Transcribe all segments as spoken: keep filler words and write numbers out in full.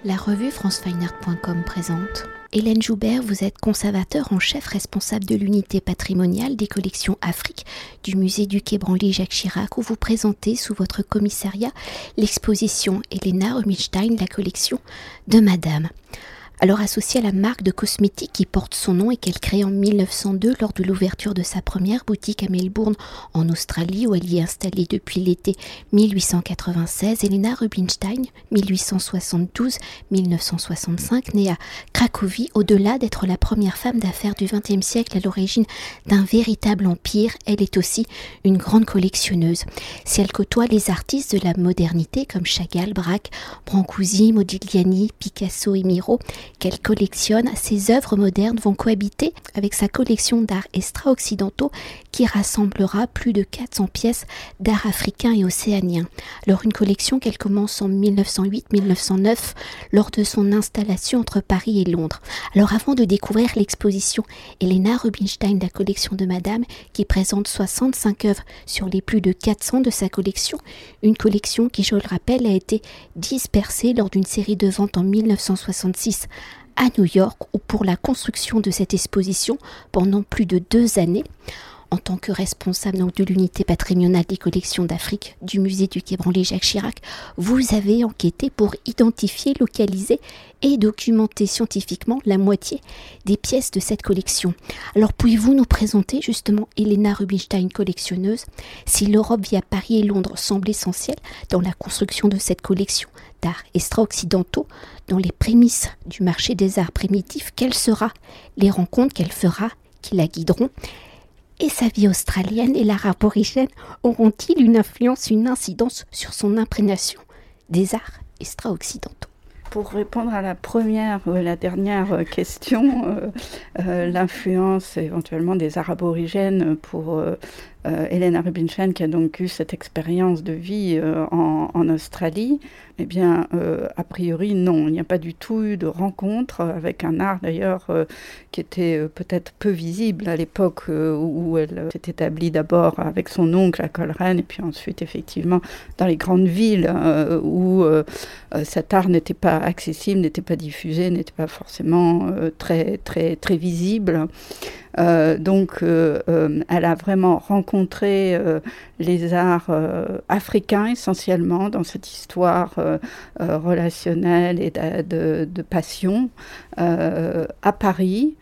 La revue france fine art point com présente. Hélène Joubert, vous êtes conservateur en chef responsable de l'unité patrimoniale des collections Afrique du musée du Quai Branly Jacques Chirac, où vous présentez sous votre commissariat l'exposition Helena Rubinstein, la collection de Madame. Alors associée à la marque de cosmétiques qui porte son nom et qu'elle crée en mille neuf cent deux lors de l'ouverture de sa première boutique à Melbourne en Australie, où elle y est installée depuis l'été mille huit cent quatre-vingt-seize, Helena Rubinstein, mille huit cent soixante-douze à mille neuf cent soixante-cinq, née à Cracovie, au-delà d'être la première femme d'affaires du vingtième siècle à l'origine d'un véritable empire, elle est aussi une grande collectionneuse. Si elle côtoie les artistes de la modernité comme Chagall, Braque, Brancusi, Modigliani, Picasso et Miro, qu'elle collectionne, ses œuvres modernes vont cohabiter avec sa collection d'art extra-occidentaux qui rassemblera plus de quatre cents pièces d'art africain et océanien. Alors une collection qu'elle commence en mille neuf cent huit à mille neuf cent neuf lors de son installation entre Paris et Londres. Alors avant de découvrir l'exposition Helena Rubinstein, la collection de Madame, qui présente soixante-cinq œuvres sur les plus de quatre cents de sa collection, une collection qui, je le rappelle, a été dispersée lors d'une série de ventes en mille neuf cent soixante-six à New York, où pour la construction de cette exposition pendant plus de deux années, en tant que responsable donc, de l'unité patrimoniale des collections d'Afrique du musée du Quai Branly Jacques Chirac, vous avez enquêté pour identifier, localiser et documenter scientifiquement la moitié des pièces de cette collection. Alors pouvez-vous nous présenter justement Helena Rubinstein, collectionneuse? Si l'Europe via Paris et Londres semble essentielle dans la construction de cette collection d'art extra-occidentaux, dans les prémices du marché des arts primitifs, quelles seront les rencontres qu'elle fera qui la guideront? Et sa vie australienne et l'art aborigène auront-ils une influence, une incidence sur son imprégnation des arts extra-occidentaux? Pour répondre à la première ou la dernière question, euh, euh, l'influence éventuellement des arts aborigènes pour euh, euh, Helena Rubinstein, qui a donc eu cette expérience de vie euh, en, en Australie, eh bien, euh, a priori, non. Il n'y a pas du tout eu de rencontre avec un art, d'ailleurs, euh, qui était euh, peut-être peu visible à l'époque euh, où elle euh, s'est établie d'abord avec son oncle à Coleraine, et puis ensuite, effectivement, dans les grandes villes euh, où euh, euh, cet art n'était pas accessible, n'était pas diffusé, n'était pas forcément euh, très, très, très visible. Euh, donc, euh, euh, elle a vraiment rencontré euh, les arts euh, africains essentiellement dans cette histoire euh, euh, relationnelle et de, de, de passion euh, à Paris.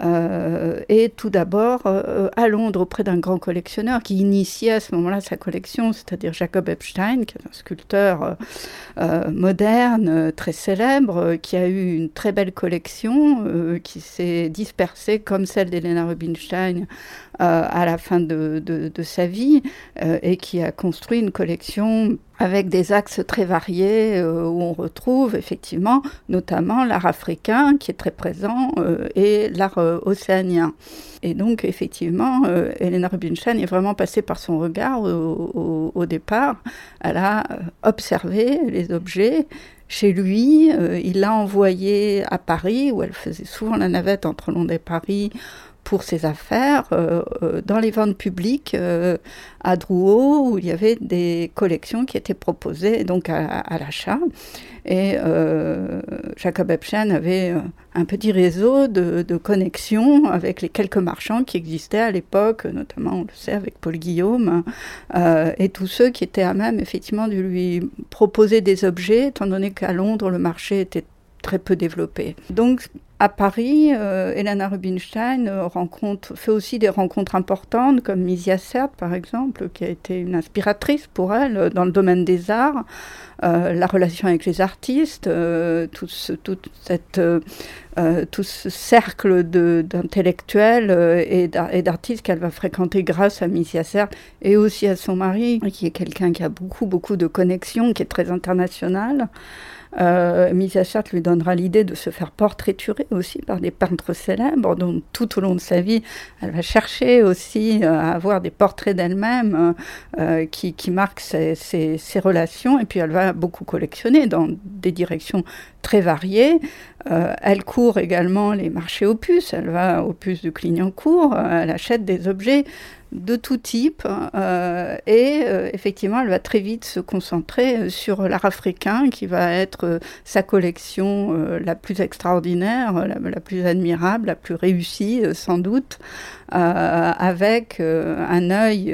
Euh, et tout d'abord euh, à Londres auprès d'un grand collectionneur qui initiait à ce moment-là sa collection, c'est-à-dire Jacob Epstein, qui est un sculpteur euh, euh, moderne, euh, très célèbre, euh, qui a eu une très belle collection, euh, qui s'est dispersée comme celle d'Helena Rubinstein euh, à la fin de, de, de sa vie, euh, et qui a construit une collection avec des axes très variés euh, où on retrouve effectivement notamment l'art africain qui est très présent euh, et l'art euh, océanien. Et donc effectivement, euh, Helena Rubinstein est vraiment passée par son regard au, au, au départ. Elle a observé les objets chez lui, euh, il l'a envoyée à Paris où elle faisait souvent la navette entre Londres et Paris pour ses affaires, euh, euh, dans les ventes publiques euh, à Drouot, où il y avait des collections qui étaient proposées donc à, à l'achat. Et euh, Jacob Epstein avait euh, un petit réseau de, de connexions avec les quelques marchands qui existaient à l'époque, notamment, on le sait, avec Paul Guillaume, euh, et tous ceux qui étaient à même, effectivement, de lui proposer des objets, étant donné qu'à Londres, le marché était très peu développé. Donc, à Paris, euh, Helena Rubinstein euh, rencontre, fait aussi des rencontres importantes, comme Misia Serp, par exemple, qui a été une inspiratrice pour elle euh, dans le domaine des arts, euh, la relation avec les artistes, euh, tout, ce, toute cette, euh, euh, tout ce cercle de, d'intellectuels euh, et, d'ar- et d'artistes qu'elle va fréquenter grâce à Misia Serp et aussi à son mari, qui est quelqu'un qui a beaucoup, beaucoup de connexions, qui est très international. Euh, Misia Serp lui donnera l'idée de se faire portraiturer aussi par des peintres célèbres, dont tout au long de sa vie, elle va chercher aussi euh, à avoir des portraits d'elle-même euh, qui, qui marquent ses, ses, ses relations, et puis elle va beaucoup collectionner dans des directions très variées. Euh, elle court également les marchés opus, elle va au Opus de Clignancourt, euh, elle achète des objets de tout type euh, et euh, effectivement elle va très vite se concentrer sur l'art africain qui va être euh, sa collection euh, la plus extraordinaire, la, la plus admirable, la plus réussie euh, sans doute, euh, avec euh, un œil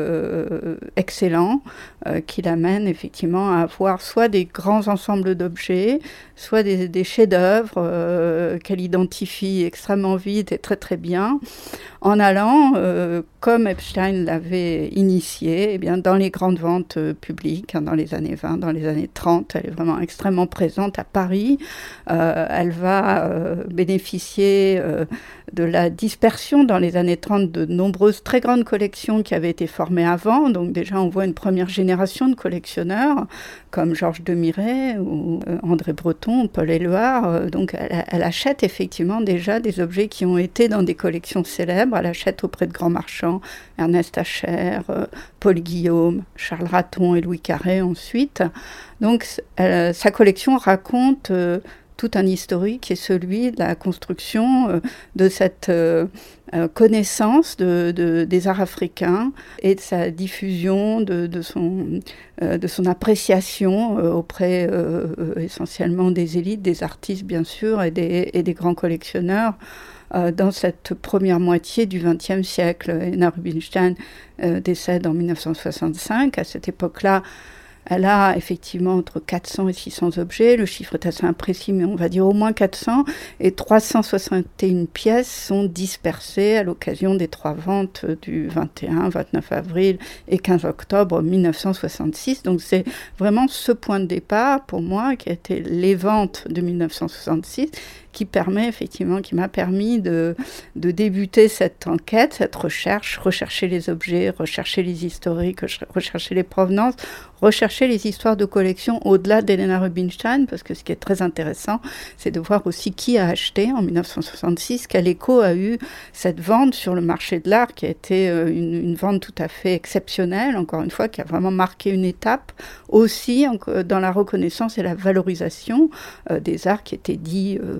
euh, excellent euh, qui l'amène effectivement à avoir soit des grands ensembles d'objets, soit des, des chefs-d'œuvre euh, qu'elle identifie extrêmement vite et très très bien, en allant, euh, comme Epstein l'avait initié, eh bien, dans les grandes ventes euh, publiques, hein, dans les années vingt, dans les années trente. Elle est vraiment extrêmement présente à Paris. Euh, elle va euh, bénéficier euh, de la dispersion dans les années trente de nombreuses très grandes collections qui avaient été formées avant. Donc déjà, on voit une première génération de collectionneurs, comme Georges Demiret ou euh, André Breton, Paul Éluard. Euh, donc elle, elle achète effectivement déjà des objets qui ont été dans des collections célèbres. Elle achète auprès de grands marchands, Ernest Acher, euh, Paul Guillaume, Charles Raton et Louis Carré ensuite. Donc elle, sa collection raconte euh, tout un historique qui est celui de la construction euh, de cette euh, euh, connaissance de, de, des arts africains et de sa diffusion, de, de, son, euh, de son appréciation euh, auprès euh, euh, essentiellement des élites, des artistes bien sûr et des, et des grands collectionneurs. Euh, dans cette première moitié du vingtième siècle. Helena Rubinstein euh, décède en dix-neuf cent soixante-cinq. À cette époque-là, elle a effectivement entre quatre cents et six cents objets. Le chiffre est assez imprécis, mais on va dire au moins quatre cents. Et trois cent soixante et une pièces sont dispersées à l'occasion des trois ventes du vingt et un, vingt-neuf avril et quinze octobre dix-neuf cent soixante-six. Donc c'est vraiment ce point de départ pour moi qui a été les ventes de dix-neuf cent soixante-six qui permet effectivement, qui m'a permis de, de débuter cette enquête, cette recherche, rechercher les objets, rechercher les historiques, rechercher les provenances, rechercher les histoires de collection au-delà d'Helena Rubinstein, parce que ce qui est très intéressant, c'est de voir aussi qui a acheté en dix-neuf cent soixante-six, quel écho a eu cette vente sur le marché de l'art, qui a été une, une vente tout à fait exceptionnelle, encore une fois, qui a vraiment marqué une étape, aussi en, dans la reconnaissance et la valorisation euh, des arts qui étaient dits euh,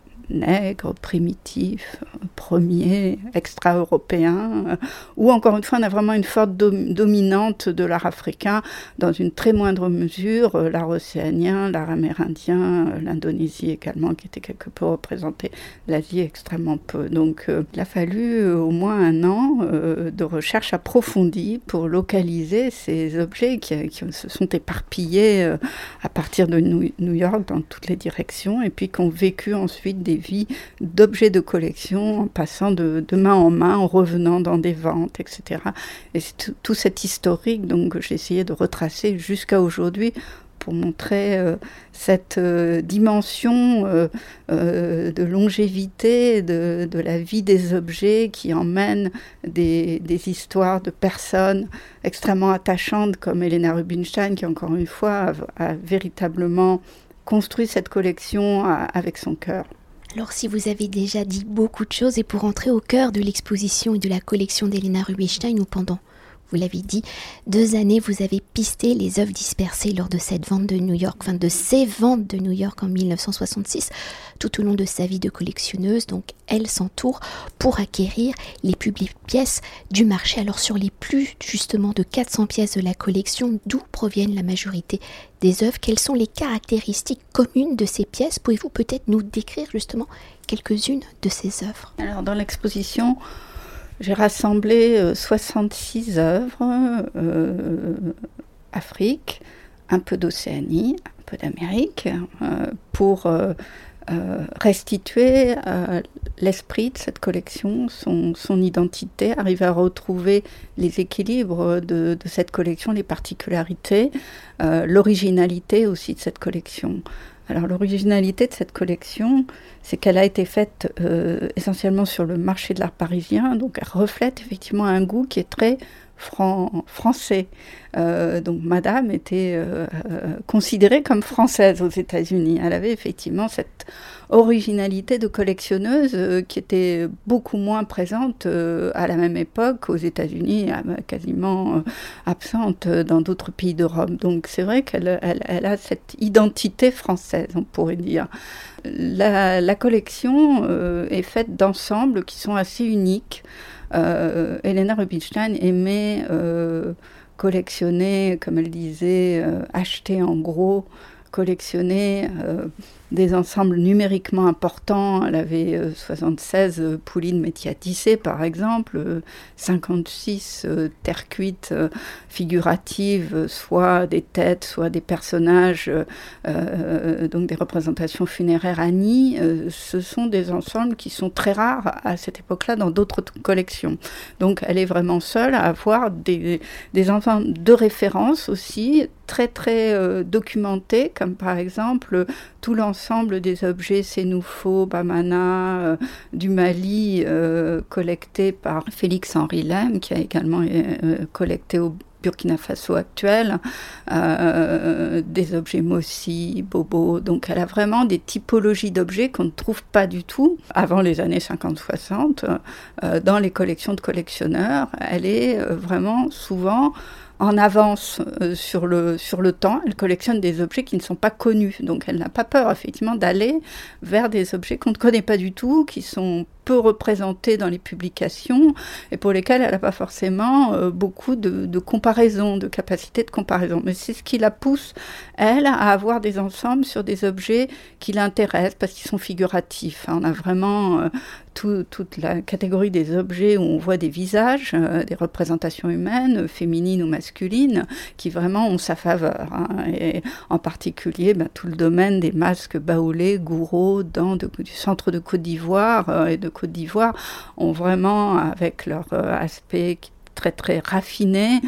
nègre, primitif, premier, extra-européen, où encore une fois on a vraiment une forte dom- dominante de l'art africain, dans une très moindre mesure, euh, l'art océanien, l'art amérindien, euh, l'Indonésie également, qui était quelque peu représentée, l'Asie extrêmement peu. Donc euh, il a fallu euh, au moins un an euh, de recherche approfondie pour localiser ces objets qui, qui se sont éparpillés euh, à partir de New, New York dans toutes les directions, et puis qui ont vécu ensuite des vies d'objets de collection en passant de, de main en main, en revenant dans des ventes, et cetera. Et c'est tout, tout cet historique donc, que j'ai essayé de retracer jusqu'à aujourd'hui pour montrer euh, cette euh, dimension euh, euh, de longévité de, de la vie des objets qui emmène des, des histoires de personnes extrêmement attachantes comme Helena Rubinstein qui, encore une fois, a, a véritablement construit cette collection à, avec son cœur. Alors si vous avez déjà dit beaucoup de choses et pour entrer au cœur de l'exposition et de la collection d'Helena Rubinstein, ou pendant, vous l'avez dit, deux années, vous avez pisté les œuvres dispersées lors de cette vente de New York, enfin de ces ventes de New York en dix-neuf cent soixante-six, tout au long de sa vie de collectionneuse. Donc elle s'entoure pour acquérir les publiques pièces du marché. Alors sur les plus justement de quatre cents pièces de la collection, d'où proviennent la majorité des œuvres? Quelles sont les caractéristiques communes de ces pièces? Pouvez-vous peut-être nous décrire justement quelques-unes de ces œuvres? Alors dans l'exposition, j'ai rassemblé euh, soixante-six œuvres, euh, Afrique, un peu d'Océanie, un peu d'Amérique, euh, pour euh, euh, restituer euh, l'esprit de cette collection, son, son identité, arriver à retrouver les équilibres de, de cette collection, les particularités, euh, l'originalité aussi de cette collection. Alors l'originalité de cette collection, c'est qu'elle a été faite euh, essentiellement sur le marché de l'art parisien, donc elle reflète effectivement un goût qui est très fran- français. Euh, donc Madame était euh, euh, considérée comme française aux États-Unis. Elle avait effectivement cette originalité de collectionneuse euh, qui était beaucoup moins présente euh, à la même époque aux États-Unis, euh, quasiment euh, absente dans d'autres pays d'Europe. Donc c'est vrai qu'elle elle, elle a cette identité française, on pourrait dire. La, la collection euh, est faite d'ensembles qui sont assez uniques. Euh, Helena Rubinstein aimait euh, collectionner, comme elle disait, euh, acheter en gros, collectionner euh, des ensembles numériquement importants. Elle avait euh, soixante-seize euh, poulines métiers à tisser, par exemple, euh, cinquante-six euh, terres cuites euh, figuratives, euh, soit des têtes, soit des personnages, euh, euh, donc des représentations funéraires à Nîmes. Euh, ce sont des ensembles qui sont très rares à cette époque-là dans d'autres t- collections. Donc elle est vraiment seule à avoir des, des ensembles de référence aussi, très très euh, documentés, comme par exemple tout l'ensemble des objets Sénoufo, Bamana, euh, du Mali, euh, collectés par Félix-Henri Lem, qui a également euh, collecté au Burkina Faso actuel, euh, des objets Mossi, Bobo. Donc elle a vraiment des typologies d'objets qu'on ne trouve pas du tout avant les années cinquante soixante euh, dans les collections de collectionneurs. Elle est euh, vraiment souvent en avance euh, sur, le, sur le temps. Elle collectionne des objets qui ne sont pas connus. Donc elle n'a pas peur effectivement d'aller vers des objets qu'on ne connaît pas du tout, qui sont peu représentés dans les publications et pour lesquels elle n'a pas forcément euh, beaucoup de, de comparaison, de capacité de comparaison. Mais c'est ce qui la pousse, elle, à avoir des ensembles sur des objets qui l'intéressent parce qu'ils sont figuratifs. On a vraiment euh, tout, toute la catégorie des objets où on voit des visages, euh, des représentations humaines, féminines ou masculines, qui vraiment ont sa faveur. Hein. Et en particulier, ben, tout le domaine des masques baoulés, gourous, dans de, du centre de Côte d'Ivoire euh, et de Côte d'Ivoire ont vraiment, avec leur euh, aspect très très raffiné,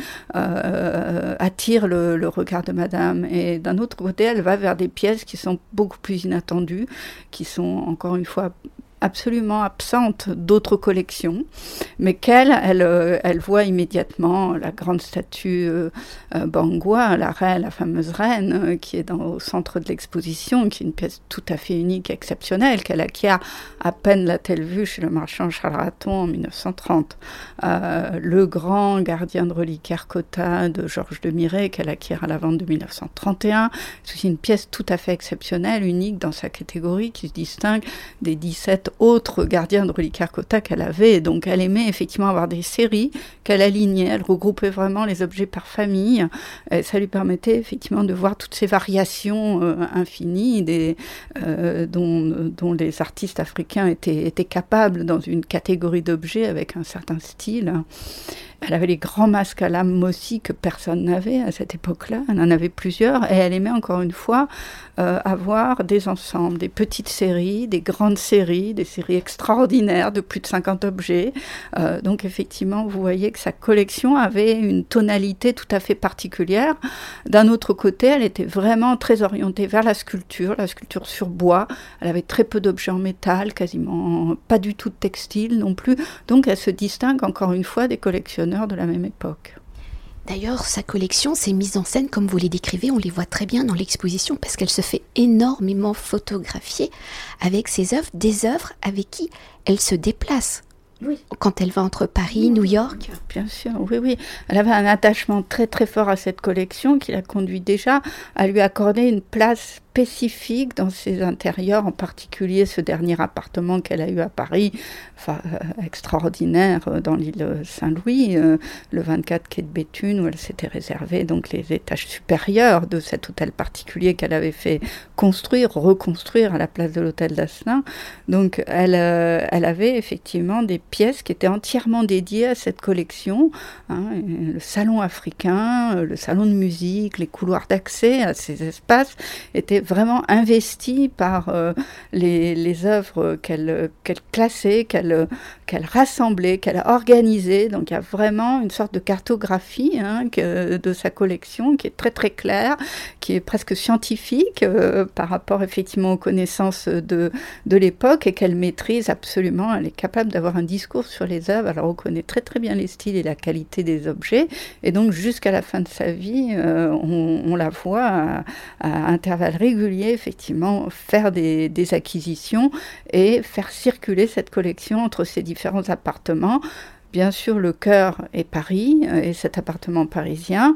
euh, attire le, le regard de madame. Et d'un autre côté, elle va vers des pièces qui sont beaucoup plus inattendues, qui sont encore une fois absolument absente d'autres collections, mais qu'elle, elle, elle voit immédiatement la grande statue euh, Bangwa, la reine, la fameuse reine, euh, qui est dans, au centre de l'exposition, qui est une pièce tout à fait unique, exceptionnelle, qu'elle acquiert à peine l'a-t-elle vue chez le marchand Charles Raton en mille neuf cent trente. Euh, le grand gardien de reliquaire Cotta de Georges de Miret, qu'elle acquiert à la vente de mille neuf cent trente et un. C'est aussi une pièce tout à fait exceptionnelle, unique dans sa catégorie, qui se distingue des dix-sept autres gardiens de reliquaire Cotta qu'elle avait. Donc elle aimait effectivement avoir des séries qu'elle alignait, elle regroupait vraiment les objets par famille, et ça lui permettait effectivement de voir toutes ces variations euh, infinies des, euh, dont, dont les artistes africains étaient, étaient capables dans une catégorie d'objets avec un certain style. Elle avait les grands masques à lame Mossi que personne n'avait à cette époque-là. Elle en avait plusieurs et elle aimait encore une fois euh, avoir des ensembles, des petites séries, des grandes séries, des séries extraordinaires de plus de cinquante objets. Euh, donc effectivement, vous voyez que sa collection avait une tonalité tout à fait particulière. D'un autre côté, elle était vraiment très orientée vers la sculpture, la sculpture sur bois. Elle avait très peu d'objets en métal, quasiment pas du tout de textile non plus. Donc elle se distingue encore une fois des collectionneurs de la même époque. D'ailleurs, sa collection, ses mises en scène, comme vous les décrivez, on les voit très bien dans l'exposition parce qu'elle se fait énormément photographier avec ses œuvres, des œuvres avec qui elle se déplace. Oui. Quand elle va entre Paris, oui, New York. Bien sûr, oui, oui. Elle avait un attachement très très fort à cette collection qui l'a conduit déjà à lui accorder une place spécifique dans ses intérieurs, en particulier ce dernier appartement qu'elle a eu à Paris, enfin, euh, extraordinaire, euh, dans l'île Saint-Louis, euh, le vingt-quatre quai de Béthune, où elle s'était réservée donc les étages supérieurs de cet hôtel particulier qu'elle avait fait construire, reconstruire à la place de l'hôtel d'Asselin. Donc elle, euh, elle avait effectivement des pièces qui étaient entièrement dédiées à cette collection, hein, le salon africain, le salon de musique, les couloirs d'accès à ces espaces étaient vraiment investis par euh, les, les œuvres qu'elle, qu'elle classait, qu'elle, qu'elle rassemblait, qu'elle organisait. Donc il y a vraiment une sorte de cartographie hein, que, de sa collection qui est très très claire, qui est presque scientifique euh, par rapport effectivement aux connaissances de, de l'époque et qu'elle maîtrise absolument. Elle est capable d'avoir un discours sur les œuvres. Elle reconnaît très très bien les styles et la qualité des objets. Et donc jusqu'à la fin de sa vie, euh, on, on la voit à, à intervalles réguliers, effectivement, faire des, des acquisitions et faire circuler cette collection entre ces différents appartements. bien sûr, le cœur est Paris, et cet appartement parisien.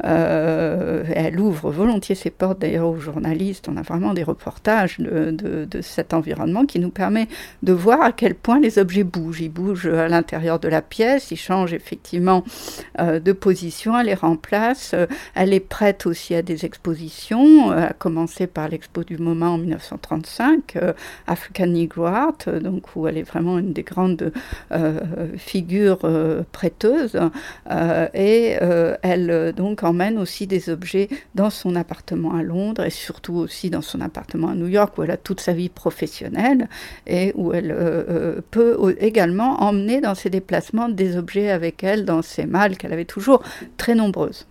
Euh, elle ouvre volontiers ses portes, d'ailleurs, aux journalistes. On a vraiment des reportages de, de, de cet environnement qui nous permet de voir à quel point les objets bougent. Ils bougent à l'intérieur de la pièce, ils changent effectivement euh, de position, elle les remplace. Euh, elle est prête aussi à des expositions, euh, à commencer par l'expo du MoMA en dix-neuf cent trente-cinq, euh, African Negro Art, euh, donc, où elle est vraiment une des grandes euh, figures euh, prêteuses. Euh, et euh, elle donc emmène aussi des objets dans son appartement à Londres et surtout aussi dans son appartement à New York, où elle a toute sa vie professionnelle et où elle euh, peut également emmener dans ses déplacements des objets avec elle dans ses malles qu'elle avait toujours très nombreuses.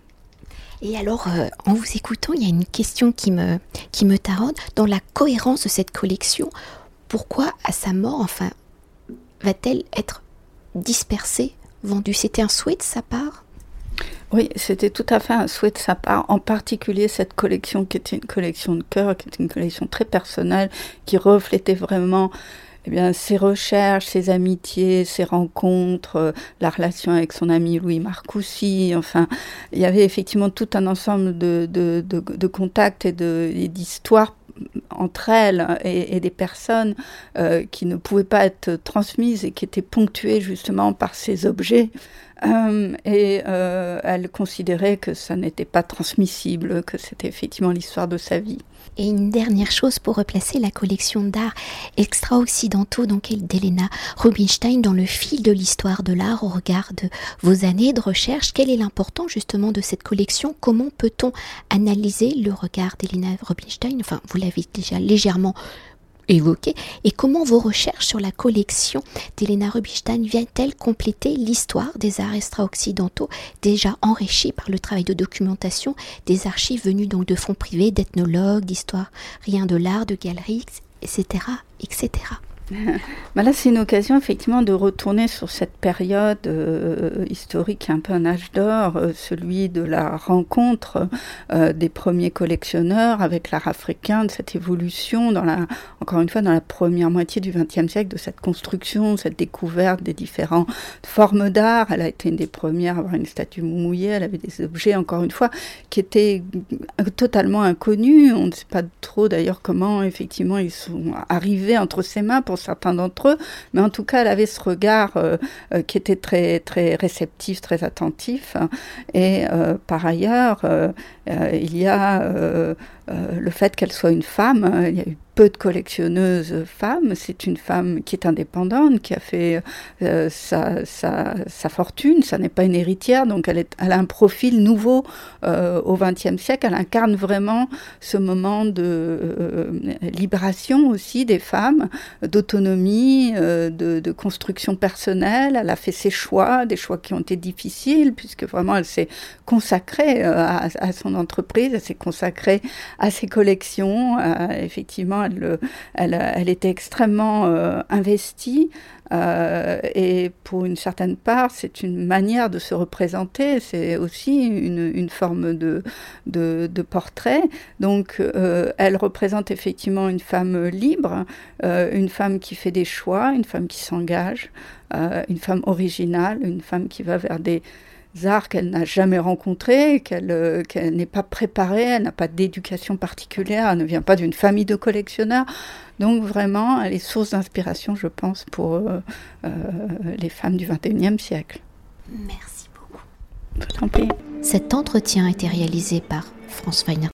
Et alors, euh, en vous écoutant, il y a une question qui me, qui me taraude. Dans la cohérence de cette collection, pourquoi, à sa mort, enfin, va-t-elle être dispersée, vendue? C'était un souhait de sa part? Oui, c'était tout à fait un souhait de sa part, en particulier cette collection qui était une collection de cœur, qui était une collection très personnelle, qui reflétait vraiment eh bien, ses recherches, ses amitiés, ses rencontres, euh, la relation avec son ami Louis Marcoussis. Enfin, il y avait effectivement tout un ensemble de, de, de, de contacts et, de, et d'histoires entre elles et, et des personnes euh, qui ne pouvaient pas être transmises et qui étaient ponctuées justement par ces objets. Euh, et euh, elle considérait que ça n'était pas transmissible, que c'était effectivement l'histoire de sa vie. Et une dernière chose pour replacer la collection d'art extra-occidentaux donc d'Helena Rubinstein dans le fil de l'histoire de l'art au regard de vos années de recherche. Quel est l'importance justement de cette collection? Comment peut-on analyser le regard d'Helena Rubinstein? Enfin, vous l'avez déjà légèrement évoqué. Et comment vos recherches sur la collection d'Helena Rubinstein viennent-elles compléter l'histoire des arts extra-occidentaux déjà enrichie par le travail de documentation des archives venues donc de fonds privés, d'ethnologues, d'historiens de l'art, de galeries, et cetera, et cetera. Ben là, c'est une occasion effectivement de retourner sur cette période euh, historique, un peu un âge d'or, euh, celui de la rencontre euh, des premiers collectionneurs avec l'art africain, de cette évolution, dans la, encore une fois, dans la première moitié du vingtième siècle, de cette construction, cette découverte des différentes formes d'art. Elle a été une des premières à avoir une statue mouillée, elle avait des objets, encore une fois, qui étaient totalement inconnus. On ne sait pas trop d'ailleurs comment, effectivement, ils sont arrivés entre ses mains pour certains d'entre eux, mais en tout cas, elle avait ce regard euh, euh, qui était très, très réceptif, très attentif. Et euh, par ailleurs, euh, euh, il y a euh, euh, le fait qu'elle soit une femme. Il y a eu peu de collectionneuses femmes. C'est une femme qui est indépendante, qui a fait euh, sa, sa, sa fortune. Ça n'est pas une héritière, donc elle, est, elle a un profil nouveau euh, au vingtième siècle. Elle incarne vraiment ce moment de euh, libération aussi des femmes, d'autonomie, euh, de, de construction personnelle. Elle a fait ses choix, des choix qui ont été difficiles, puisque vraiment elle s'est consacrée euh, à, à son entreprise, elle s'est consacrée à ses collections. Euh, effectivement, Elle, elle, elle était extrêmement euh, investie euh, et pour une certaine part, c'est une manière de se représenter, c'est aussi une, une forme de, de, de portrait. Donc, euh, elle représente effectivement une femme libre, euh, une femme qui fait des choix, une femme qui s'engage, euh, une femme originale, une femme qui va vers des arts qu'elle n'a jamais rencontrés, qu'elle, euh, qu'elle n'est pas préparée, elle n'a pas d'éducation particulière, elle ne vient pas d'une famille de collectionneurs. Donc vraiment, elle est source d'inspiration, je pense, pour euh, euh, les femmes du vingt et unième siècle. Merci beaucoup. Je t'en prie. Cet entretien a été réalisé par France Weiner